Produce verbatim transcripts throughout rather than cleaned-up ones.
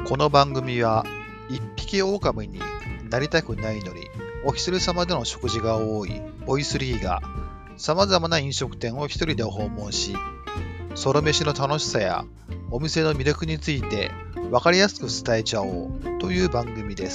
この番組は一匹狼になりたくないのにお一人様での食事が多いボイスリーが様々な飲食店を一人で訪問し、ソロ飯の楽しさやお店の魅力について分かりやすく伝えちゃおうという番組です。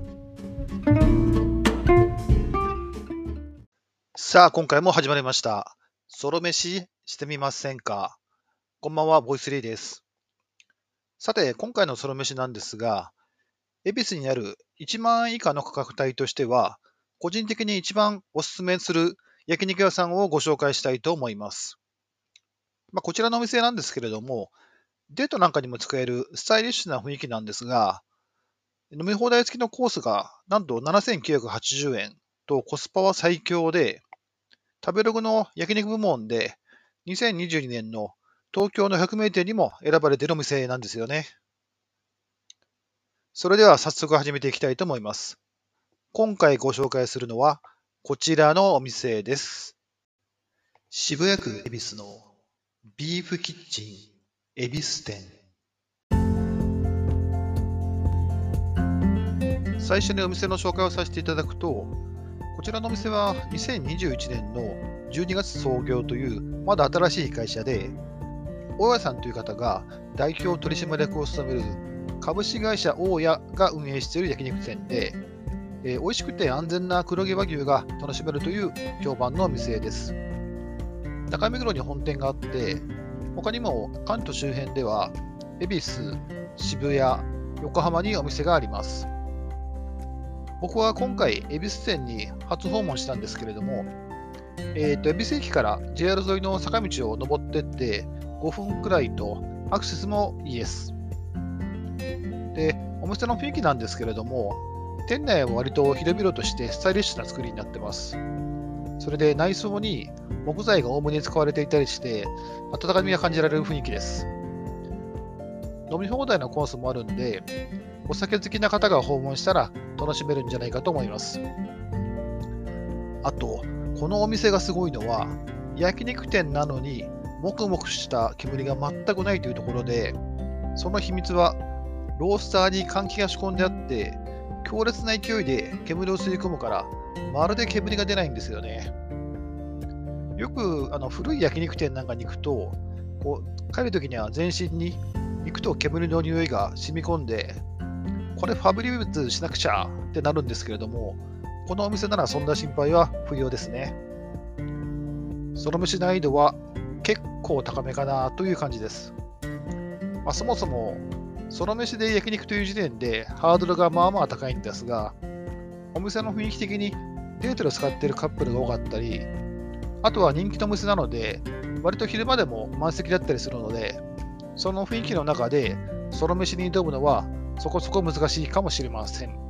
さあ、今回も始まりました。ソロ飯してみませんか？こんばんは、ボイスリーです。さて、今回のソロ飯なんですが、恵比寿にあるいちまんえん以下の価格帯としては、個人的に一番おすすめする焼肉屋さんをご紹介したいと思います。まあ、こちらのお店なんですけれども、デートなんかにも使えるスタイリッシュな雰囲気なんですが、飲み放題付きのコースがなんとななせんきゅうひゃくはちじゅうえんとコスパは最強で、食べログの焼肉部門でにせんにじゅうにねんの東京のひゃく名店にも選ばれているお店なんですよね。それでは早速始めていきたいと思います。今回ご紹介するのはこちらのお店です。渋谷区恵比寿のビーフキッチン恵比寿店。最初にお店の紹介をさせていただくと、こちらのお店はにせんにじゅういちねんのじゅうにがつ創業というまだ新しい会社で、大家さんという方が代表取締役を務める株式会社大家が運営している焼肉店で、えー、美味しくて安全な黒毛和牛が楽しめるという評判のお店です。中目黒に本店があって、他にも関東周辺では恵比寿、渋谷、横浜にお店があります。僕は今回恵比寿店に初訪問したんですけれども、えー、と恵比寿駅から ジェイアール 沿いの坂道を登っていってごふんくらいとアクセスもいいです。で、お店の雰囲気なんですけれども、店内は割と広々としてスタイリッシュな作りになってます。それで内装に木材が多めに使われていたりして、温かみが感じられる雰囲気です。飲み放題のコースもあるんで、お酒好きな方が訪問したら楽しめるんじゃないかと思います。あと、このお店がすごいのは、焼肉店なのにもくもくした煙が全くないというところで、その秘密はロースターに換気が仕込んであって、強烈な勢いで煙を吸い込むから、まるで煙が出ないんですよね。よくあの古い焼肉店なんかに行くと、こう帰るときには全身に肉と煙の匂いが染み込んで、これファブリーズしなくちゃってなるんですけれども、このお店ならそんな心配は不要ですね。その飯難易度は結構高めかなという感じです。まあ、そもそもその飯で焼肉という時点でハードルがまあまあ高いんですが、お店の雰囲気的にデートで使っているカップルが多かったり、あとは人気のお店なので割と昼間でも満席だったりするので、その雰囲気の中でソロ飯に挑むのはそこそこ難しいかもしれません。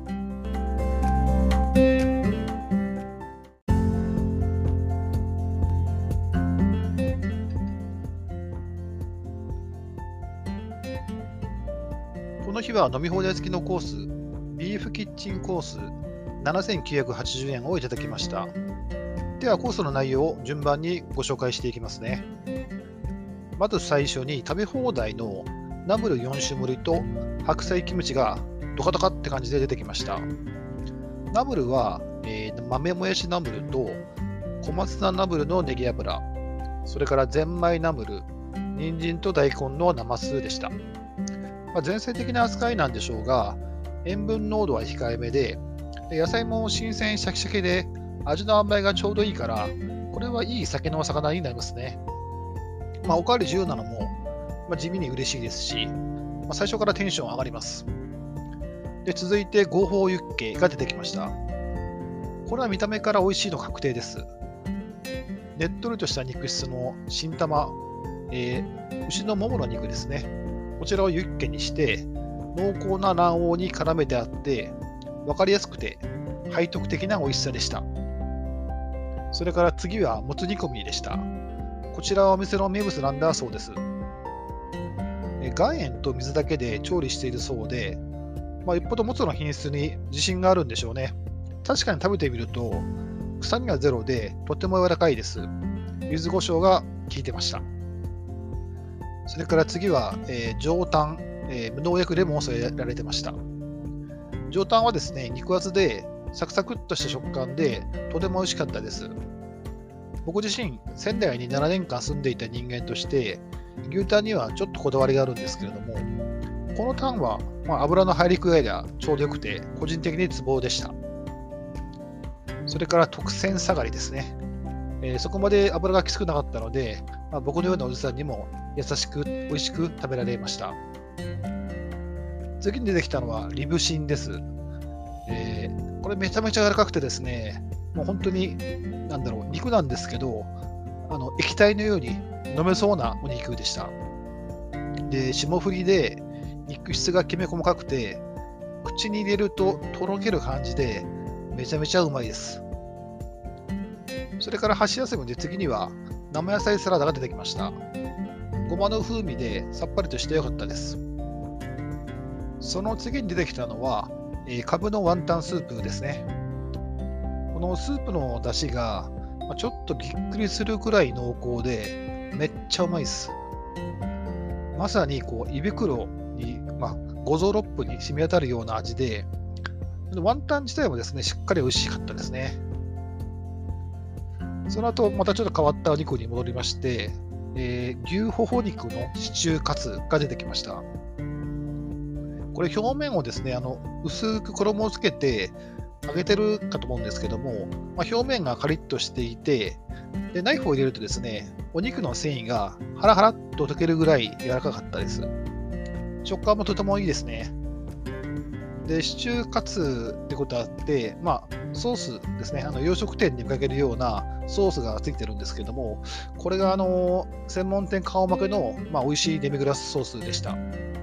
この日は飲み放題付きのコース、ビーフキッチンコースななせんきゅうひゃくはちじゅうえんをいただきました。ではコースの内容を順番にご紹介していきますね。まず最初に食べ放題のナムルよん種盛りと白菜キムチがドカドカって感じで出てきました。ナムルは、えー、豆もやしナムルと小松菜ナムルのネギ油、それからゼンマイナムル、人参と大根の生酢でした。まあ、前菜的な扱いなんでしょうが、塩分濃度は控えめで、で野菜も新鮮シャキシャキで味の塩梅がちょうどいいから、これはいい酒のお魚になりますね。まあ、おかわり自由なのも、まあ、地味に嬉しいですし、まあ、最初からテンション上がります。で続いて合法ユッケが出てきました。これは見た目から美味しいの確定です。ねっとりとした肉質の新玉、えー、牛のももの肉ですね。こちらをユッケにして濃厚な卵黄に絡めてあって分かりやすくて背徳的な美味しさでした。それから次はもつ煮込みでした。こちらはお店の名物なんだそうです。岩塩と水だけで調理しているそうで、まあ、よっぽどもつの品質に自信があるんでしょうね。確かに食べてみると臭みがゼロでとても柔らかいです。柚子胡椒が効いてました。それから次は、えー、上タンえー無農薬レモンを添えられてました。上タンはですね、肉厚でサクサクっとした食感でとても美味しかったです。僕自身、仙台にななねんかん住んでいた人間として、牛タンにはちょっとこだわりがあるんですけれども、このタンは、まあ、油の入り具合がちょうどよくて、個人的にツボでした。それから特選下がりですね。えーそこまで油がきつくなかったので、まあ、僕のようなおじさんにも優しく美味しく食べられました。次に出てきたのはリブシンです。えーこれめちゃめちゃ柔らかくてですね、もう本当に、なんだろう、肉なんですけど、あの液体のように飲めそうなお肉でした。で、霜降りで肉質がきめ細かくて、口に入れるととろける感じで、めちゃめちゃうまいです。それから箸休めで次には生野菜サラダが出てきました。ごまの風味でさっぱりとしてよかったです。その次に出てきたのは、えー、カブのワンタンスープですね。このスープの出汁がまあちょっとびっくりするくらい濃厚で、めっちゃうまいです。まさにこう胃袋に、まあ、五臓六腑に染み渡るような味で、ワンタン自体もですね、しっかり美味しかったですね。その後、またちょっと変わったお肉に戻りまして、えー牛ほほ肉のシチューカツが出てきました。これ表面をですね、あの薄く衣をつけて揚げてるかと思うんですけども、まあ、表面がカリッとしていて、でナイフを入れるとですね、お肉の繊維がハラハラっと溶けるぐらい柔らかかったです。食感もとてもいいですね。で、シチューカツってことあって、まあ、ソースですね、あの洋食店に見かけるようなソースがついてるんですけども、これがあの専門店顔負けの、まあ、美味しいデミグラスソースでした。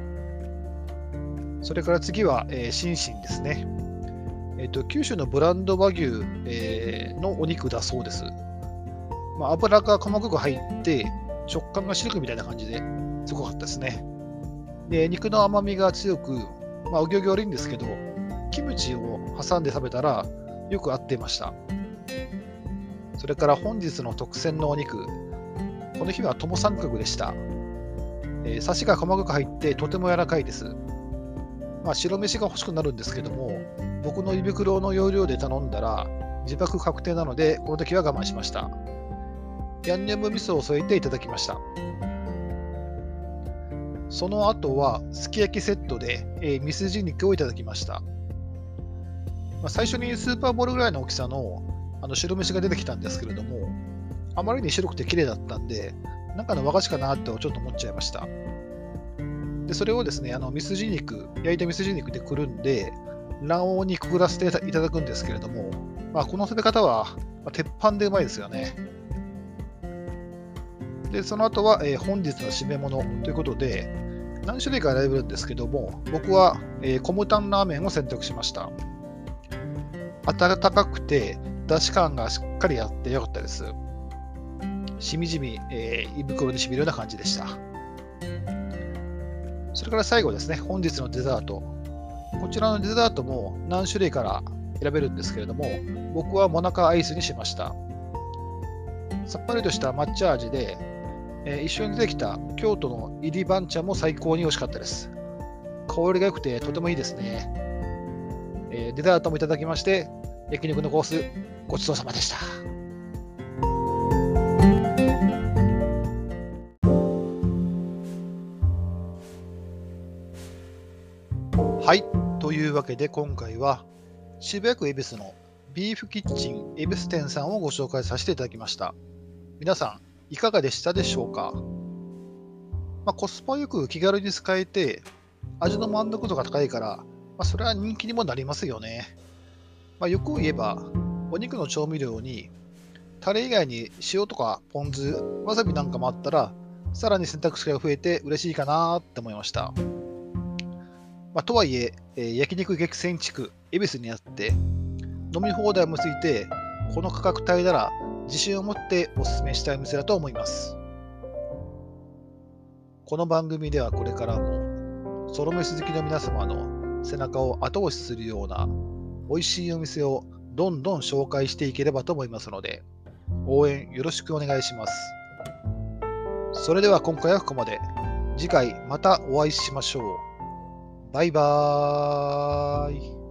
それから次は、えー、シンシンですね。えーと、九州のブランド和牛、えーのお肉だそうです。まあ、油が細かく入って、食感がシルクみたいな感じですごかったですね。で、肉の甘みが強く、まあ、お行儀悪いんですけど、キムチを挟んで食べたらよく合っていました。それから本日の特選のお肉、この日は友三角でした。えー、サシが細かく入ってとても柔らかいです。まあ、白飯が欲しくなるんですけども、僕の胃袋の容量で頼んだら自爆確定なので、この時は我慢しました。ヤンニョム味噌を添えていただきました。その後はすき焼きセットで、えー、ミスジ肉をいただきました。まあ、最初にスーパーボールぐらいの大きさの、あの白飯が出てきたんですけれども、あまりに白くて綺麗だったんで、中の和菓子かなってちょっと思っちゃいました。でそれをですね、あのミスジ肉、焼いたミスジ肉でくるんで、卵黄にくぐらせていただくんですけれども、まあ、この食べ方は、まあ、鉄板でうまいですよね。で、その後は、えー本日の締め物ということで、何種類か選べるんですけども、僕は、えーコムタンラーメンを選択しました。温かくて、出汁感がしっかりあってよかったです。しみじみ、えー胃袋にしみるような感じでした。それから最後ですね、本日のデザート。こちらのデザートも何種類から選べるんですけれども、僕はモナカアイスにしました。さっぱりとした抹茶味で、えー一緒に出てきた京都の入り番茶も最高に美味しかったです。香りが良くてとてもいいですね。えーデザートもいただきまして、焼肉のコースごちそうさまでした。はい、というわけで今回は渋谷区恵比寿のビーフキッチン恵比寿店さんをご紹介させていただきました。皆さんいかがでしたでしょうか？まあ、コスパよく気軽に使えて味の満足度が高いから、まあ、それは人気にもなりますよね。まあ、よく言えばお肉の調味料にタレ以外に塩とかポン酢、わさびなんかもあったらさらに選択肢が増えて嬉しいかなって思いました。まあ、とはいええー焼肉激戦地区恵比寿にあって飲み放題もついてこの価格帯なら自信を持ってお勧めしたい店だと思います。この番組ではこれからもソロ飯好きの皆様の背中を後押しするような美味しいお店をどんどん紹介していければと思いますので、応援よろしくお願いします。それでは今回はここまで。次回またお会いしましょう。 バイバーイ。